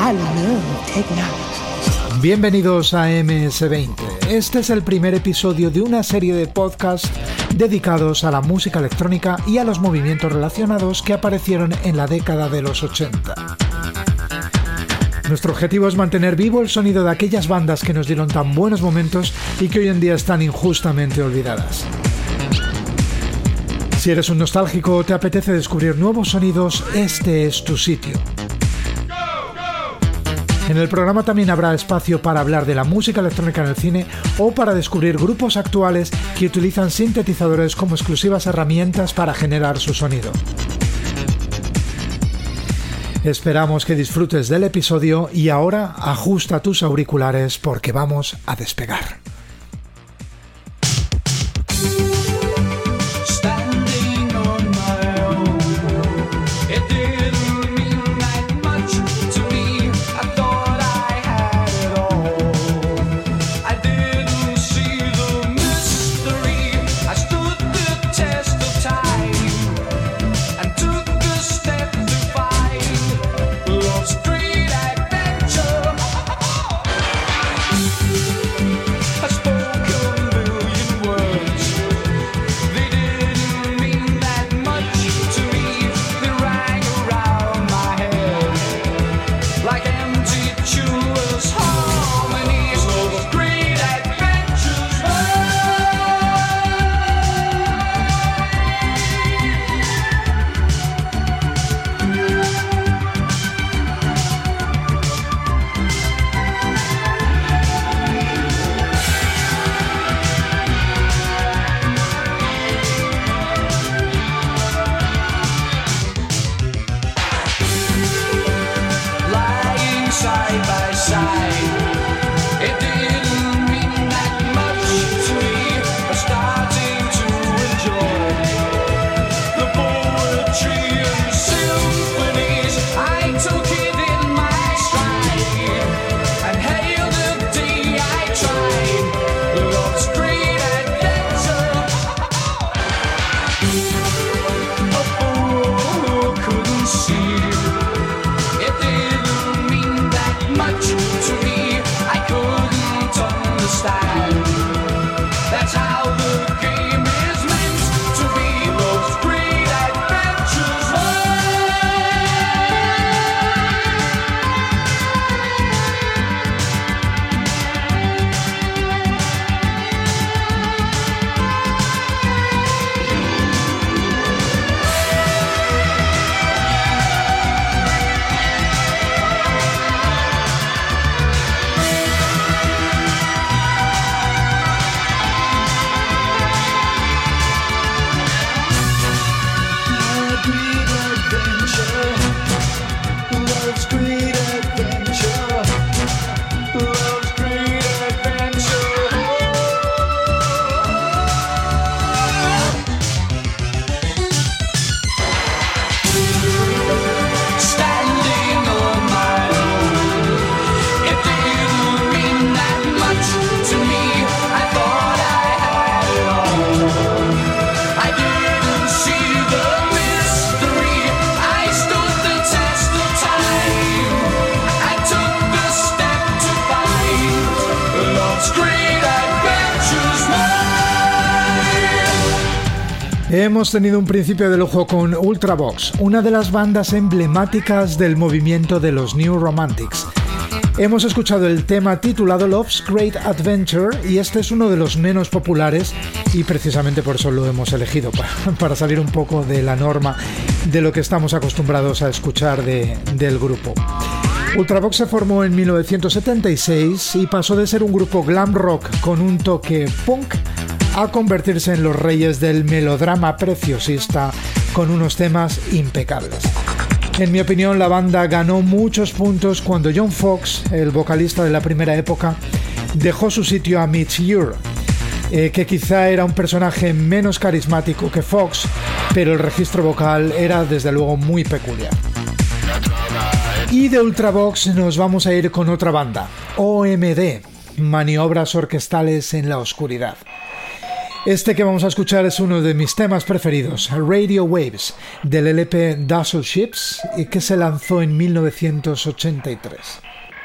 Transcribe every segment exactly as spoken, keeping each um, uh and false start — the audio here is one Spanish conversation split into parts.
I love technology. Bienvenidos a eme ese veinte. Este es el primer episodio de una serie de podcasts dedicados a la música electrónica y a los movimientos relacionados que aparecieron en la década de los ochenta. Nuestro objetivo es mantener vivo el sonido de aquellas bandas que nos dieron tan buenos momentos y que hoy en día están injustamente olvidadas. Si eres un nostálgico o te apetece descubrir nuevos sonidos, este es tu sitio. En el programa también habrá espacio para hablar de la música electrónica en el cine o para descubrir grupos actuales que utilizan sintetizadores como exclusivas herramientas para generar su sonido. Esperamos que disfrutes del episodio y ahora ajusta tus auriculares porque vamos a despegar. Hemos tenido un principio de lujo con Ultravox, una de las bandas emblemáticas del movimiento de los New Romantics. Hemos escuchado el tema titulado Love's Great Adventure y este es uno de los menos populares y precisamente por eso lo hemos elegido, para, para salir un poco de la norma de lo que estamos acostumbrados a escuchar de, del grupo. Ultravox se formó en mil novecientos setenta y seis y pasó de ser un grupo glam rock con un toque punk a convertirse en los reyes del melodrama preciosista con unos temas impecables. En mi opinión, la banda ganó muchos puntos cuando John Foxx, el vocalista de la primera época, dejó su sitio a Mitch Ure, eh, que quizá era un personaje menos carismático que Foxx, pero el registro vocal era desde luego muy peculiar. Y de Ultravox nos vamos a ir con otra banda, O M D, Maniobras Orquestales en la Oscuridad. Este que vamos a escuchar es uno de mis temas preferidos, Radio Waves, del L P Dazzle Ships, y que se lanzó en mil novecientos ochenta y tres.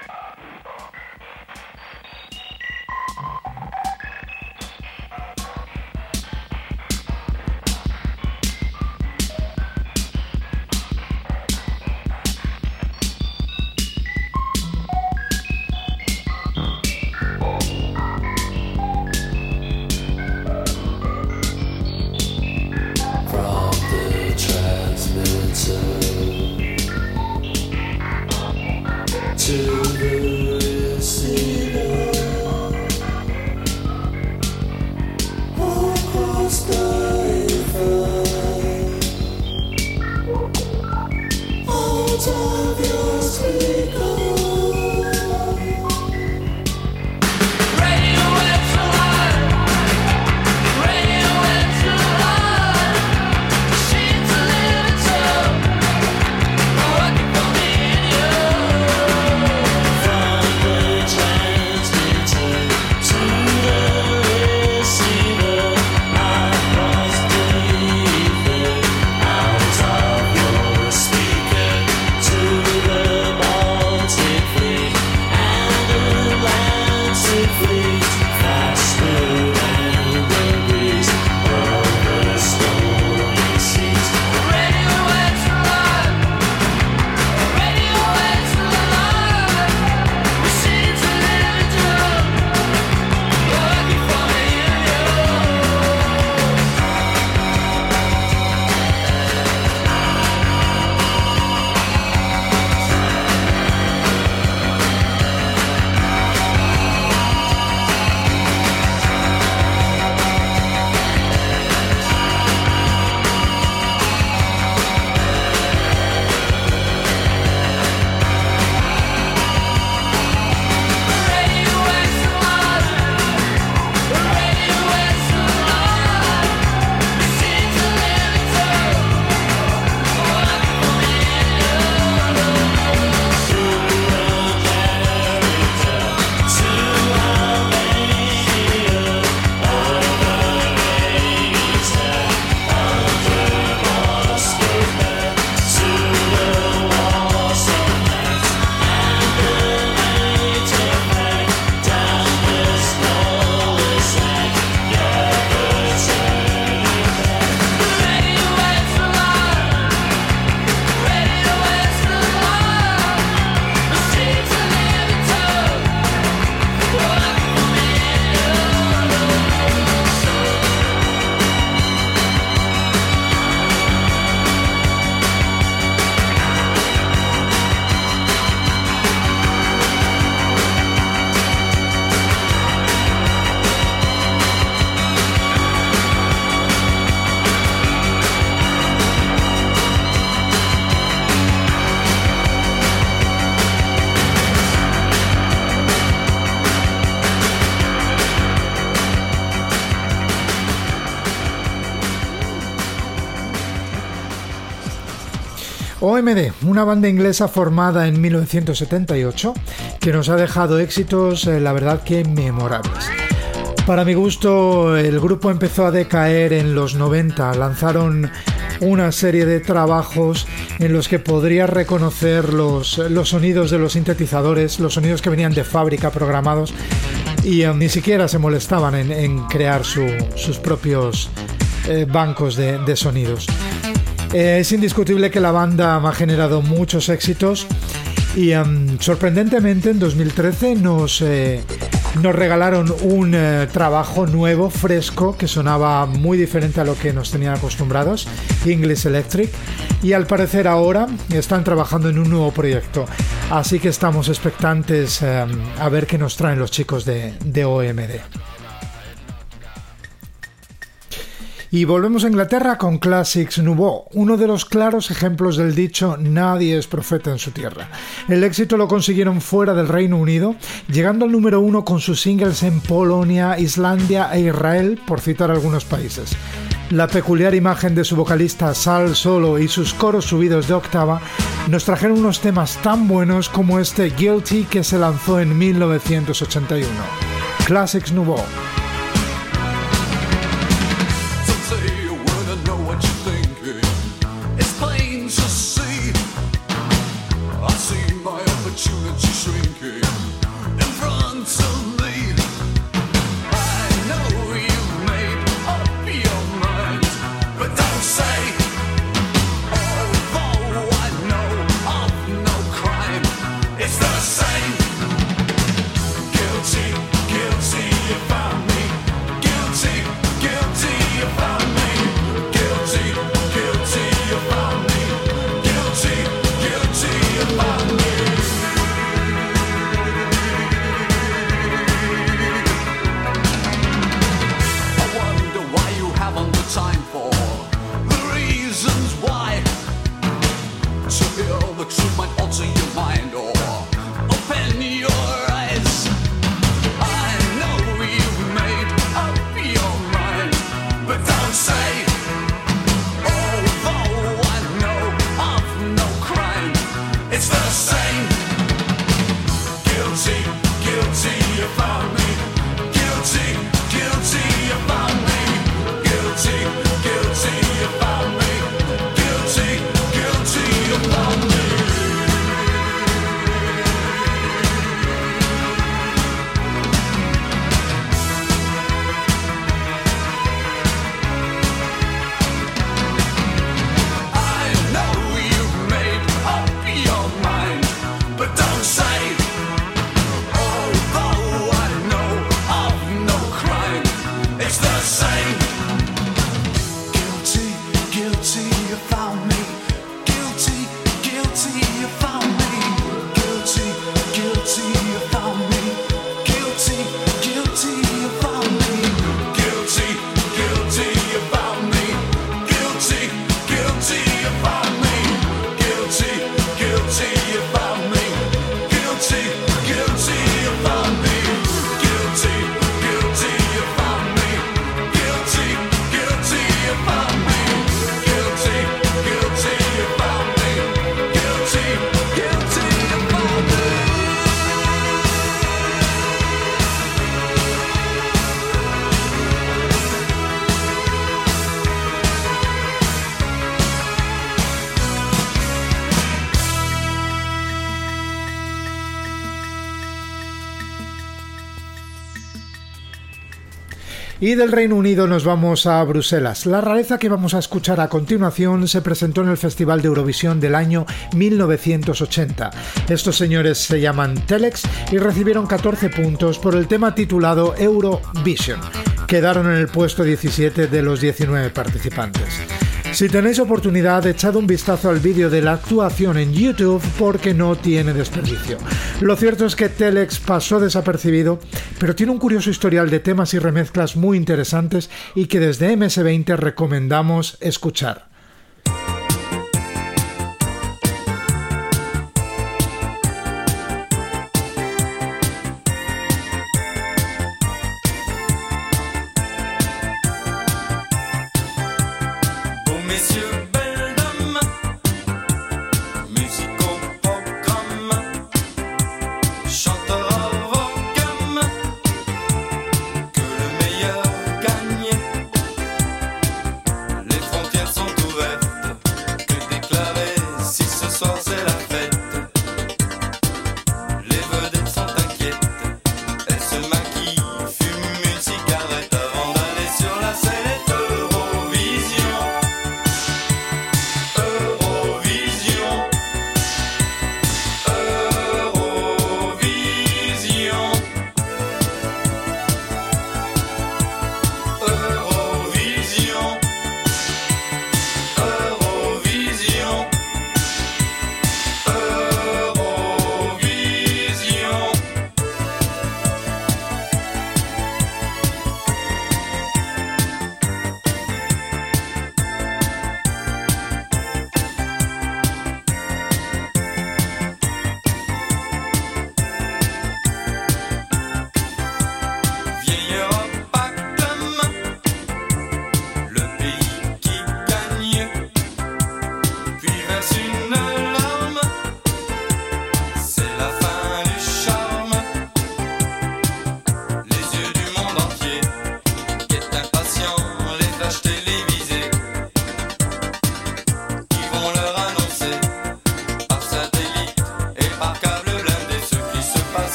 O M D, una banda inglesa formada en mil novecientos setenta y ocho que nos ha dejado éxitos, eh, la verdad que memorables. Para mi gusto, el grupo empezó a decaer en los noventa, lanzaron una serie de trabajos en los que podría reconocer los, los sonidos de los sintetizadores, los sonidos que venían de fábrica programados, y eh, ni siquiera se molestaban en, en crear su, sus propios eh, bancos de, de sonidos. Eh, es indiscutible que la banda ha generado muchos éxitos y um, sorprendentemente en dos mil trece nos, eh, nos regalaron un eh, trabajo nuevo, fresco, que sonaba muy diferente a lo que nos tenían acostumbrados, English Electric, y al parecer ahora están trabajando en un nuevo proyecto, así que estamos expectantes eh, a ver qué nos traen los chicos de, de O M D. Y volvemos a Inglaterra con Classics Nouveau, uno de los claros ejemplos del dicho nadie es profeta en su tierra. El éxito lo consiguieron fuera del Reino Unido, llegando al número uno con sus singles en Polonia, Islandia e Israel, por citar algunos países. La peculiar imagen de su vocalista Sal Solo y sus coros subidos de octava nos trajeron unos temas tan buenos como este Guilty, que se lanzó en mil novecientos ochenta y uno. Classics Nouveau. feel the truth might alter your mind or open your eyes. I know you've made up your mind, but don't say, although I know of no crime, it's the same. Guilty, guilty, you found me. Guilty, guilty, you found me. Guilty, guilty, you found me. Guilty, guilty, you found me. I know you've made up your mind, but don't say, although I know of no crime, it's the same. Guilty, guilty, you found me. Guilty, guilty, you found me. Guilty, guilty, you found me. Guilty, guilty, you found me. Guilty, guilty, you found me. Guilty, guilty, you found me. Guilty, guilty, you found me. Guilty, guilty, you found me. Guilty, guilty, you found me. Guilty, guilty, you found me. Guilty, guilty, you found me. Guilty, guilty, you found me. Y del Reino Unido nos vamos a Bruselas. La rareza que vamos a escuchar a continuación se presentó en el Festival de Eurovisión del año mil novecientos ochenta. Estos señores se llaman Telex y recibieron catorce puntos por el tema titulado Eurovision. Quedaron en el puesto diecisiete de los diecinueve participantes. Si tenéis oportunidad, echad un vistazo al vídeo de la actuación en YouTube porque no tiene desperdicio. Lo cierto es que Telex pasó desapercibido, pero tiene un curioso historial de temas y remezclas muy interesantes y que desde eme ese veinte recomendamos escuchar. Messieurs, belles dames, musique au programme, chanteur à vos gammes, que le meilleur gagne. Les frontières sont ouvertes, que déclarer si ce soir c'est la fête. Les vedettes sont inquiètes, elles se maquillent, fument une cigarette avant d'aller sur la scène. Eurovision.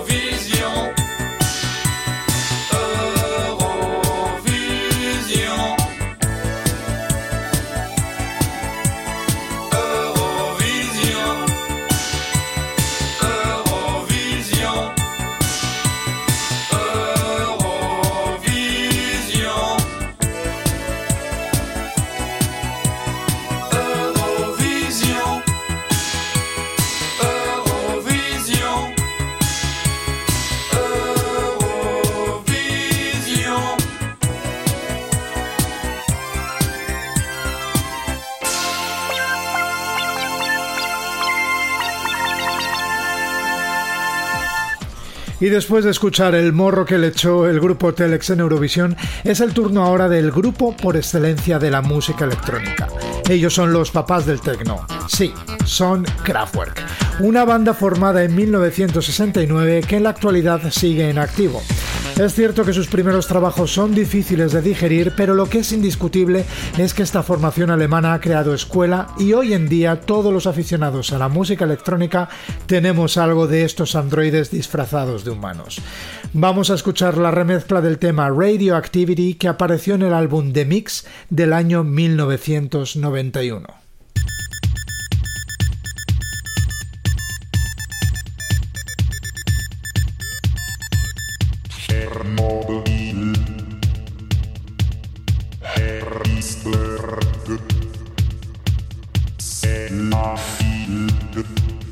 Eurovision. Y después de escuchar el morro que le echó el grupo Telex en Eurovisión, es el turno ahora del grupo por excelencia de la música electrónica. Ellos son los papás del techno. Sí, son Kraftwerk, una banda formada en mil novecientos sesenta y nueve que en la actualidad sigue en activo. Es cierto que sus primeros trabajos son difíciles de digerir, pero lo que es indiscutible es que esta formación alemana ha creado escuela y hoy en día todos los aficionados a la música electrónica tenemos algo de estos androides disfrazados de humanos. Vamos a escuchar la remezcla del tema Radioactivity que apareció en el álbum The Mix del año mil novecientos noventa y uno. Chernobyl, Harrisburg, Sellafield,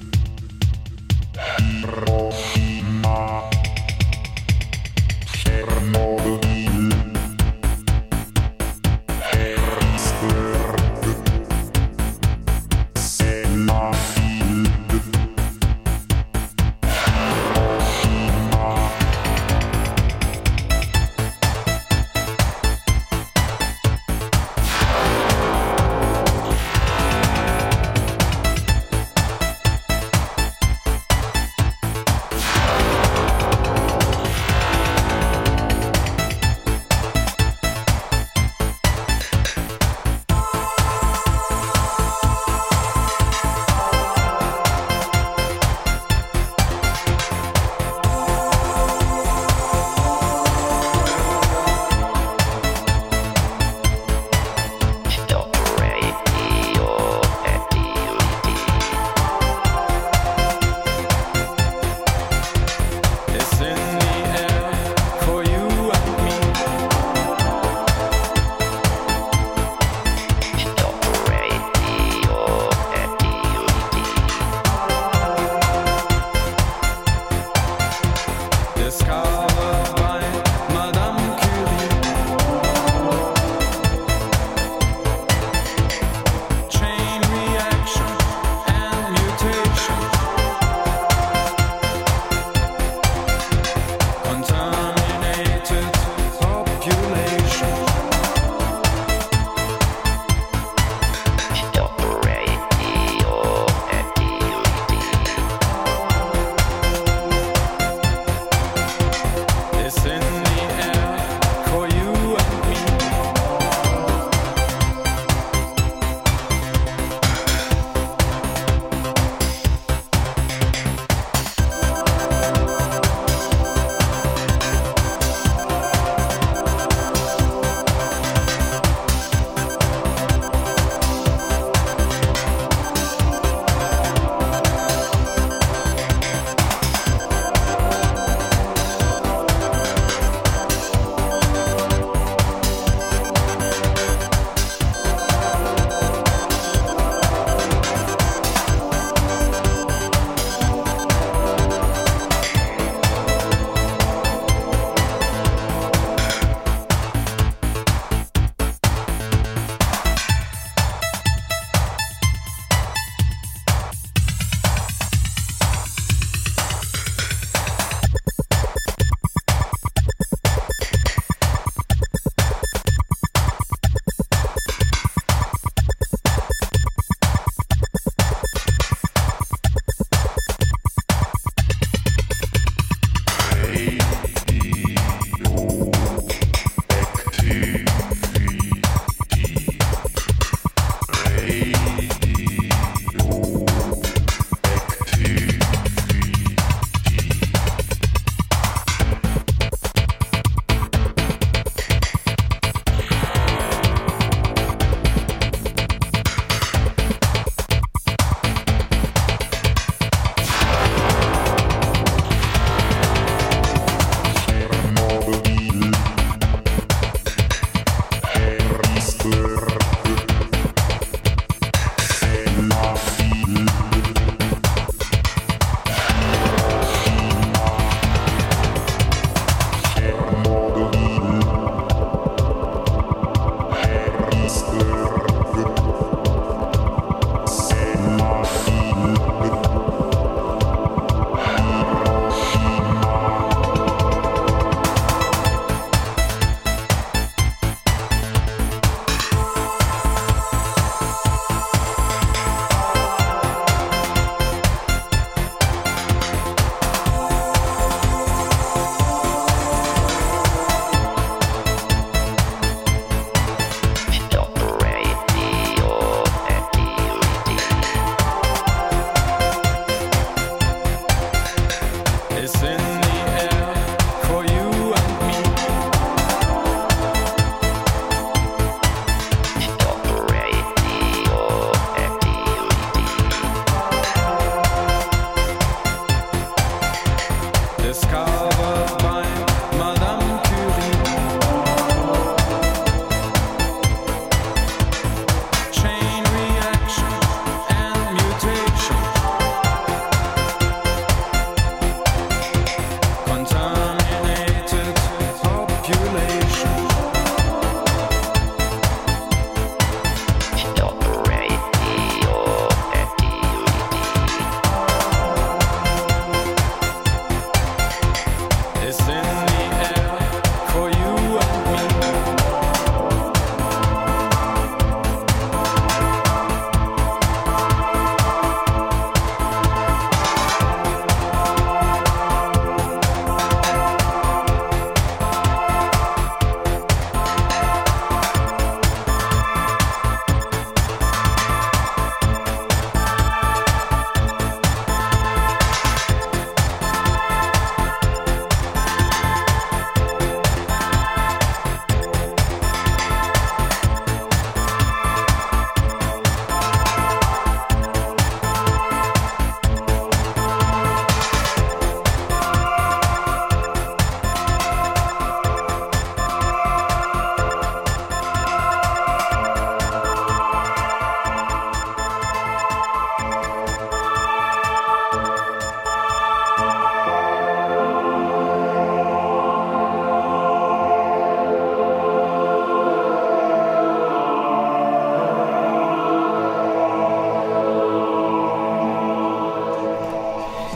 Hiroshima, Chernobyl, Harrisburg, Sellafield, Hiroshima.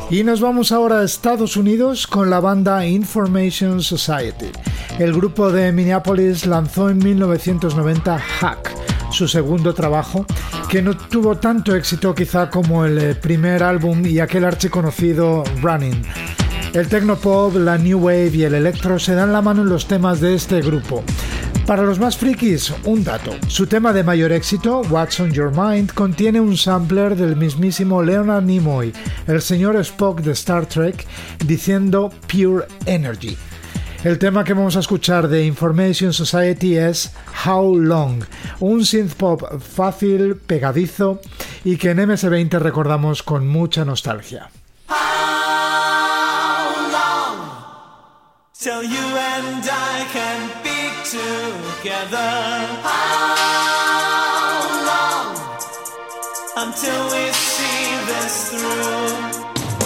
Y nos vamos ahora a Estados Unidos con la banda Information Society. El grupo de Minneapolis lanzó en mil novecientos noventa Hack, su segundo trabajo, que no tuvo tanto éxito quizá como el primer álbum y aquel archiconocido Running. El tecnopop, la new wave y el electro se dan la mano en los temas de este grupo. Para los más frikis, un dato. Su tema de mayor éxito, What's on Your Mind, contiene un sampler del mismísimo Leonard Nimoy, el señor Spock de Star Trek, diciendo Pure Energy. El tema que vamos a escuchar de Information Society es How Long, un synthpop fácil, pegadizo y que en eme ese veinte recordamos con mucha nostalgia. Till you and I can be together. How long until we see this through?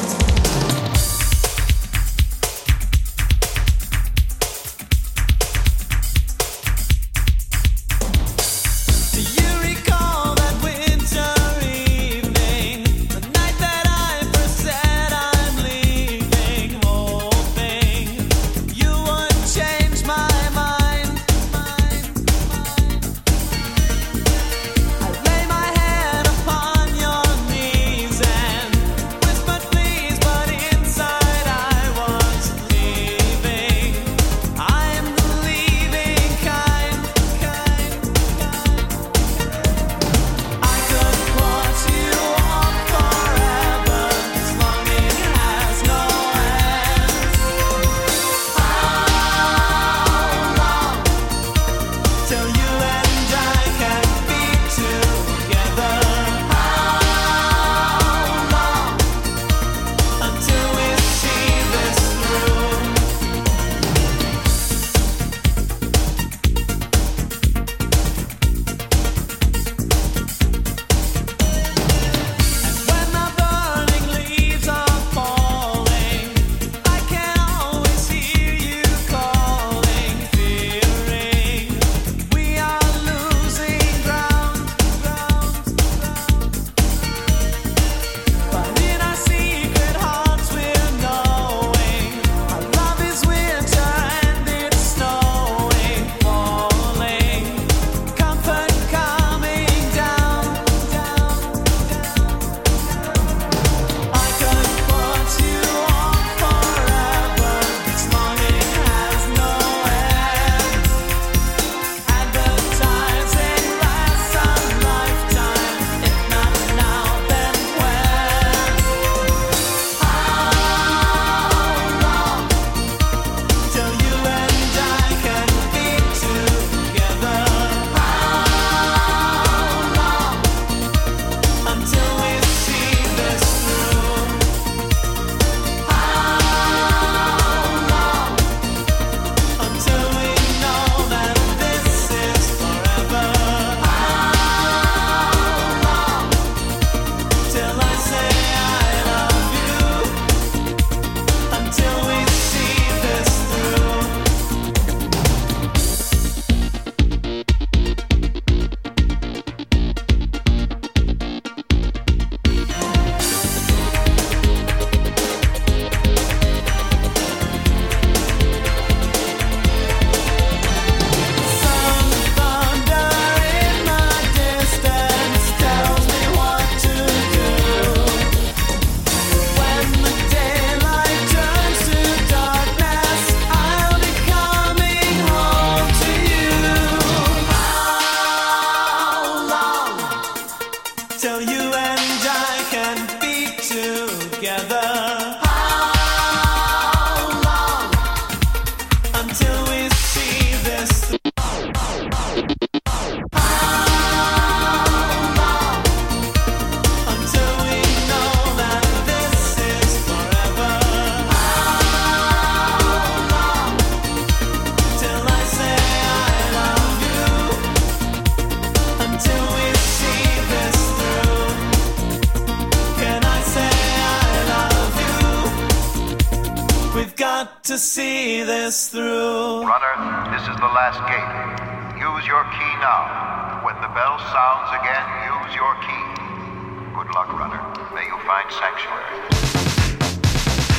to see this through. Runner, this is the last gate. Use your key now. When the bell sounds again, use your key. Good luck, runner. May you find sanctuary.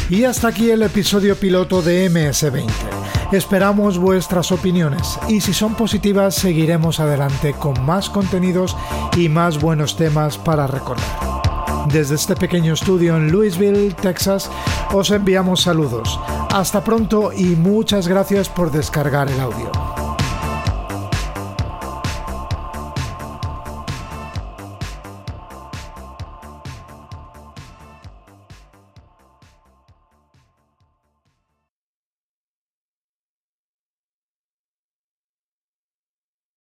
Y hasta aquí el episodio piloto de eme ese veinte. Esperamos vuestras opiniones y si son positivas seguiremos adelante con más contenidos y más buenos temas para recordar. Desde este pequeño estudio en Louisville, Texas, os enviamos saludos. Hasta pronto y muchas gracias por descargar el audio.